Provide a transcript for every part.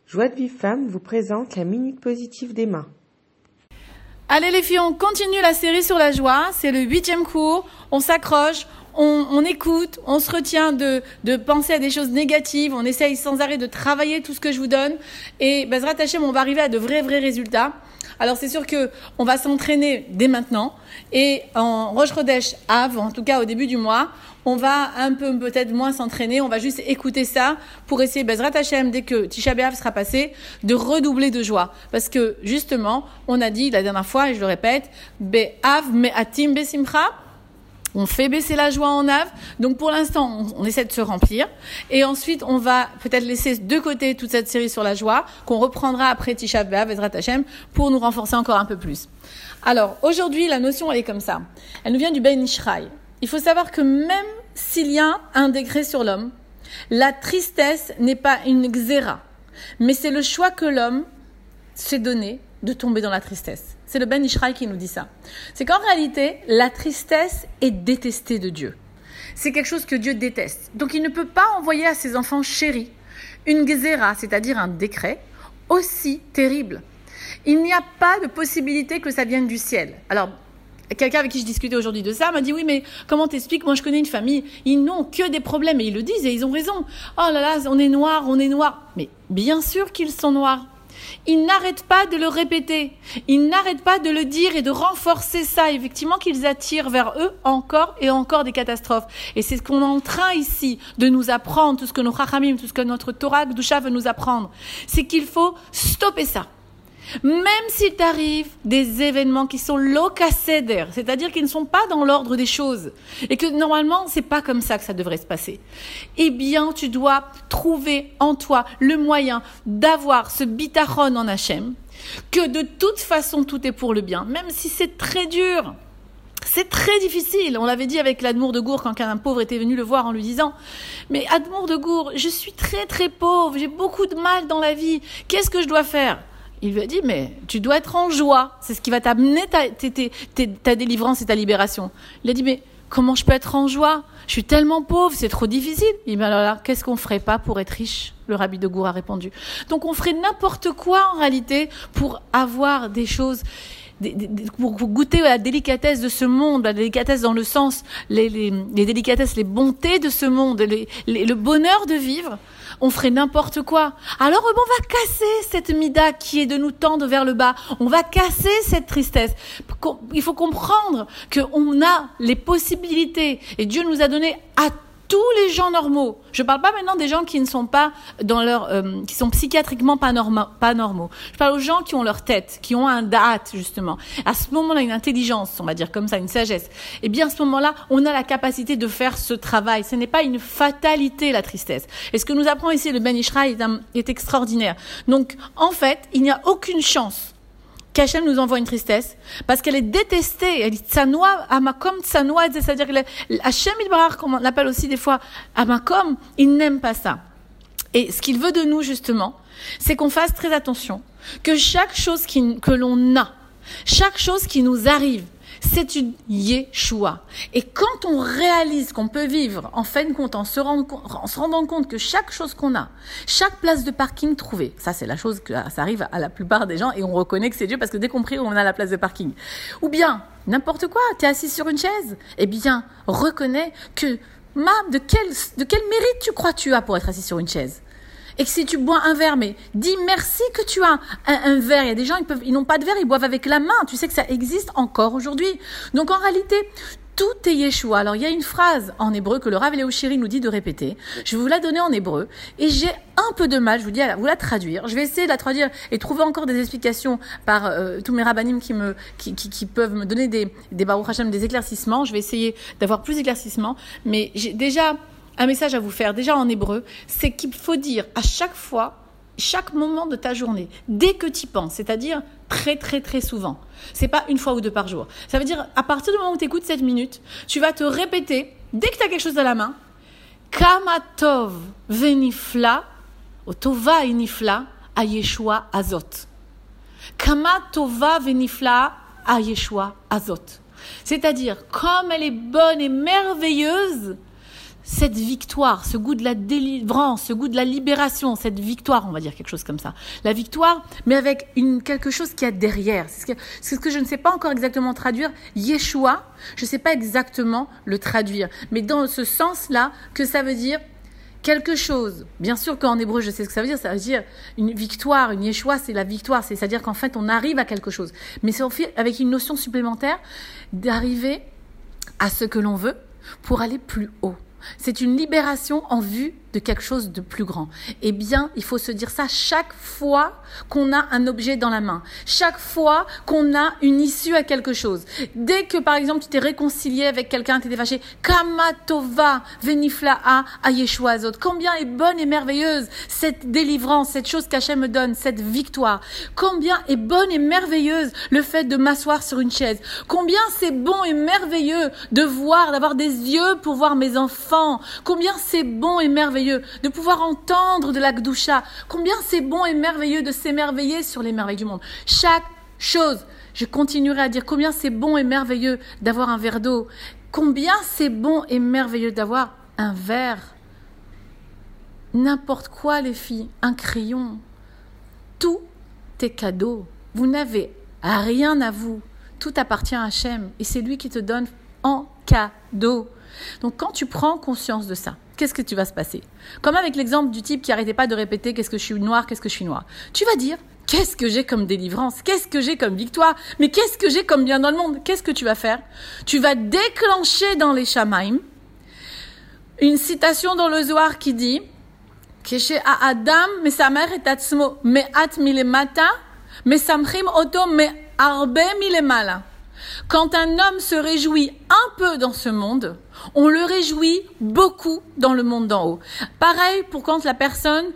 Joie de Vive Femme vous présente la Minute Positive d'Emma. Allez les filles, on continue la série sur la joie, c'est le 8e cours, on s'accroche, on écoute, on se retient de penser à des choses négatives, on essaye sans arrêt de travailler tout ce que je vous donne et Bezrat Hashem, on va arriver à de vrais résultats. Alors c'est sûr que on va s'entraîner dès maintenant et en Rosh Chodesh Av, en tout cas au début du mois, on va un peu peut-être moins s'entraîner, on va juste écouter ça pour essayer Bezrat Hashem, dès que Tisha B'Av sera passé, de redoubler de joie. Parce que justement, on a dit la dernière fois, et je le répète, Be'av me'atim besimcha, on fait baisser la joie en Av. Donc pour l'instant, on essaie de se remplir. Et ensuite, on va peut-être laisser de côté toute cette série sur la joie, qu'on reprendra après Tisha B'Av, Bezrat Hashem, pour nous renforcer encore un peu plus. Alors, aujourd'hui, la notion, elle est comme ça. Elle nous vient du Ben Ishraï. Il faut savoir que même s'il y a un décret sur l'homme, la tristesse n'est pas une xéra, mais c'est le choix que l'homme s'est donné de tomber dans la tristesse. C'est le Ben Ishraï qui nous dit ça. C'est qu'en réalité, la tristesse est détestée de Dieu. C'est quelque chose que Dieu déteste. Donc il ne peut pas envoyer à ses enfants chéris une xéra, c'est-à-dire un décret, aussi terrible. Il n'y a pas de possibilité que ça vienne du ciel. Alors, quelqu'un avec qui je discutais aujourd'hui de ça m'a dit « Oui, mais comment t'expliques ? Moi, je connais une famille, ils n'ont que des problèmes. » Et ils le disent et ils ont raison. « Oh là là, on est noirs. » Mais bien sûr qu'ils sont noirs. Ils n'arrêtent pas de le répéter. Ils n'arrêtent pas de le dire et de renforcer ça. Effectivement, qu'ils attirent vers eux encore et encore des catastrophes. Et c'est ce qu'on est en train ici de nous apprendre, tout ce que nos chachamim, tout ce que notre Torah Kedusha veut nous apprendre. C'est qu'il faut stopper ça. Même s'il t'arrive des événements qui sont locassédaires, c'est-à-dire qui ne sont pas dans l'ordre des choses, et que normalement, c'est pas comme ça que ça devrait se passer, eh bien, tu dois trouver en toi le moyen d'avoir ce bitachon en Hachem, que de toute façon, tout est pour le bien, même si c'est très dur. C'est très difficile. On l'avait dit avec l'Admour de Gour quand un pauvre était venu le voir en lui disant « Mais Admour de Gour, je suis très très pauvre, j'ai beaucoup de mal dans la vie, qu'est-ce que je dois faire ?» Il lui a dit, mais tu dois être en joie. C'est ce qui va t'amener ta délivrance et ta libération. Il a dit, mais comment je peux être en joie ? Je suis tellement pauvre, c'est trop difficile. Il dit, mais alors là, qu'est-ce qu'on ferait pas pour être riche ? Le rabbi de Gour a répondu. Donc on ferait n'importe quoi en réalité pour avoir des choses, pour goûter à la délicatesse de ce monde, la délicatesse dans le sens, les délicatesses, les bontés de ce monde, le bonheur de vivre. On ferait n'importe quoi. Alors, on va casser cette mida qui est de nous tendre vers le bas. On va casser cette tristesse. Il faut comprendre qu'on a les possibilités. Et Dieu nous a donné à tous les gens normaux. Je parle pas maintenant des gens qui ne sont pas dans leur, qui sont psychiatriquement pas normaux. Je parle aux gens qui ont leur tête, qui ont un da'at, justement. À ce moment-là, une intelligence, on va dire comme ça, une sagesse. Eh bien, à ce moment-là, on a la capacité de faire ce travail. Ce n'est pas une fatalité, la tristesse. Et ce que nous apprend ici le Ben Ishraï est extraordinaire. Donc, en fait, il n'y a aucune chance qu'Hachem nous envoie une tristesse, parce qu'elle est détestée, elle est tsanoa, amakom tsanoa, c'est-à-dire Hachem Yitbarach, comme on l'appelle aussi des fois, amakom, il n'aime pas ça. Et ce qu'il veut de nous, justement, c'est qu'on fasse très attention, que chaque chose que l'on a, chaque chose qui nous arrive, c'est une Yeshua. Et quand on réalise qu'on peut vivre, en fin de compte, en se rendant compte que chaque chose qu'on a, chaque place de parking trouvée, ça c'est la chose que ça arrive à la plupart des gens et on reconnaît que c'est Dieu parce que dès qu'on prie, on a la place de parking. Ou bien, n'importe quoi, t'es assis sur une chaise, eh bien, reconnais que, de quel mérite tu crois tu as pour être assis sur une chaise ? Et que si tu bois un verre, mais dis merci que tu as un verre. Il y a des gens, ils n'ont pas de verre, ils boivent avec la main. Tu sais que ça existe encore aujourd'hui. Donc en réalité, tout est Yeshua. Alors il y a une phrase en hébreu que le Rav Léo Shiri nous dit de répéter. Je vais vous la donner en hébreu. Et j'ai un peu de mal, je vous dis, à vous la traduire. Je vais essayer de la traduire et trouver encore des explications par tous mes rabbanim qui peuvent me donner des Baruch Hashem, des éclaircissements. Je vais essayer d'avoir plus d'éclaircissements. Mais j'ai déjà un message à vous faire, déjà en hébreu, c'est qu'il faut dire à chaque fois, chaque moment de ta journée, dès que tu y penses, c'est-à-dire très très très souvent. C'est pas une fois ou deux par jour. Ça veut dire, à partir du moment où tu écoutes 7 minutes, tu vas te répéter, dès que tu as quelque chose à la main, Kama tov venifla, ou tova inifla, a Yeshua azot. Kama tova venifla, a Yeshua azot. C'est-à-dire, comme elle est bonne et merveilleuse, cette victoire, ce goût de la délivrance, ce goût de la libération, cette victoire, on va dire quelque chose comme ça. La victoire, mais avec quelque chose qui a derrière. C'est ce que je ne sais pas encore exactement traduire. Yeshua, je ne sais pas exactement le traduire. Mais dans ce sens-là, que ça veut dire quelque chose. Bien sûr qu'en hébreu, je sais ce que ça veut dire. Ça veut dire une victoire, une Yeshua, c'est la victoire. C'est-à-dire qu'en fait, on arrive à quelque chose. Mais c'est avec une notion supplémentaire d'arriver à ce que l'on veut pour aller plus haut. C'est une libération en vue de quelque chose de plus grand. Eh bien, il faut se dire ça chaque fois qu'on a un objet dans la main, chaque fois qu'on a une issue à quelque chose. Dès que, par exemple, tu t'es réconcilié avec quelqu'un, tu étais fâché, Kama tova venifla'a a Yeshua azot. Combien est bonne et merveilleuse cette délivrance, cette chose qu'Hachem me donne, cette victoire. Combien est bonne et merveilleuse le fait de m'asseoir sur une chaise. Combien c'est bon et merveilleux de voir, d'avoir des yeux pour voir mes enfants. Combien c'est bon et merveilleux de pouvoir entendre de la Gdusha. Combien c'est bon et merveilleux de s'émerveiller sur les merveilles du monde. Chaque chose, je continuerai à dire combien c'est bon et merveilleux d'avoir un verre d'eau. Combien c'est bon et merveilleux d'avoir un verre. N'importe quoi les filles, un crayon. Tout est cadeau. Vous n'avez rien à vous. Tout appartient à Hachem et c'est lui qui te donne en cadeau. Donc quand tu prends conscience de ça, qu'est-ce que tu vas se passer? Comme avec l'exemple du type qui n'arrêtait pas de répéter qu'est-ce que je suis noir, qu'est-ce que je suis noir. Tu vas dire qu'est-ce que j'ai comme délivrance, qu'est-ce que j'ai comme victoire, mais qu'est-ce que j'ai comme bien dans le monde? Qu'est-ce que tu vas faire? Tu vas déclencher dans les Shamaim une citation dans le Zohar qui dit Keshe Adam mesamer et atzmo me'at milemata mesamchim oto me'arbe milemala. Quand un homme se réjouit un peu dans ce monde, on le réjouit beaucoup dans le monde d'en haut. Pareil pour quand la personne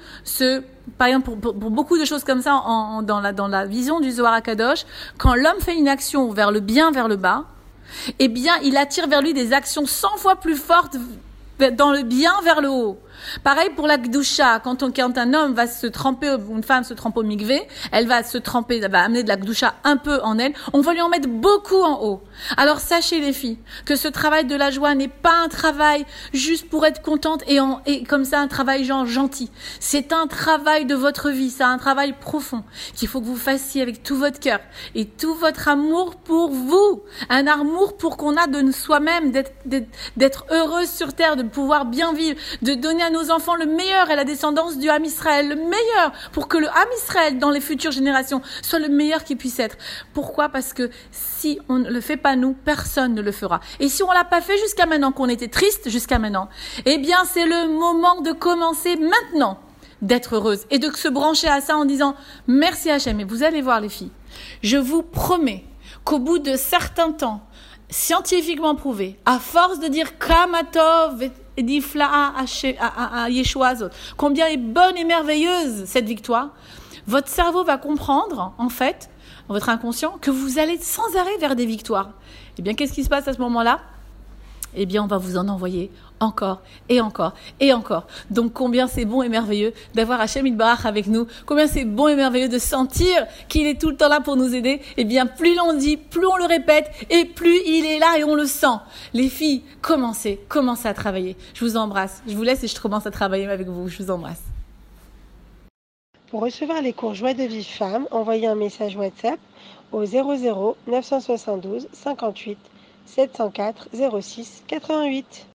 par exemple pour beaucoup de choses comme ça dans la vision du Zohar HaKadosh, quand l'homme fait une action vers le bien, vers le bas, eh bien il attire vers lui des actions 100 fois plus fortes dans le bien vers le haut. Pareil pour la Gdusha, quand un homme va se tremper, ou une femme se trempe au mikvé, elle va se tremper, elle va amener de la Gdusha un peu en elle, on va lui en mettre beaucoup en haut. Alors sachez les filles, que ce travail de la joie n'est pas un travail juste pour être contente et comme ça un travail genre gentil. C'est un travail de votre vie, c'est un travail profond, qu'il faut que vous fassiez avec tout votre cœur et tout votre amour pour vous. Un amour pour qu'on a de soi-même, d'être heureuse sur terre, de pouvoir bien vivre, de donner à nos enfants le meilleur et la descendance du Ham Israël, le meilleur pour que le Ham Israël dans les futures générations soit le meilleur qu'il puisse être. Pourquoi? Parce que si on ne le fait pas nous, personne ne le fera. Et si on l'a pas fait jusqu'à maintenant, qu'on était triste jusqu'à maintenant, eh bien c'est le moment de commencer maintenant d'être heureuse et de se brancher à ça en disant merci Hachem. Et vous allez voir les filles, je vous promets qu'au bout de certains temps, scientifiquement prouvé, à force de dire Kamatov et d'Ifla'a à Yeshua Azot, combien est bonne et merveilleuse cette victoire, votre cerveau va comprendre, en fait, votre inconscient, que vous allez sans arrêt vers des victoires. Eh bien, qu'est-ce qui se passe à ce moment-là? Eh bien, on va vous en envoyer encore et encore et encore. Donc, combien c'est bon et merveilleux d'avoir Hachem Yitbarach avec nous. Combien c'est bon et merveilleux de sentir qu'il est tout le temps là pour nous aider. Eh bien, plus l'on dit, plus on le répète et plus il est là et on le sent. Les filles, commencez à travailler. Je vous embrasse. Je vous laisse et je commence à travailler avec vous. Je vous embrasse. Pour recevoir les cours Joie de Vive Femme, envoyez un message WhatsApp au 00 972 58 704 06 88.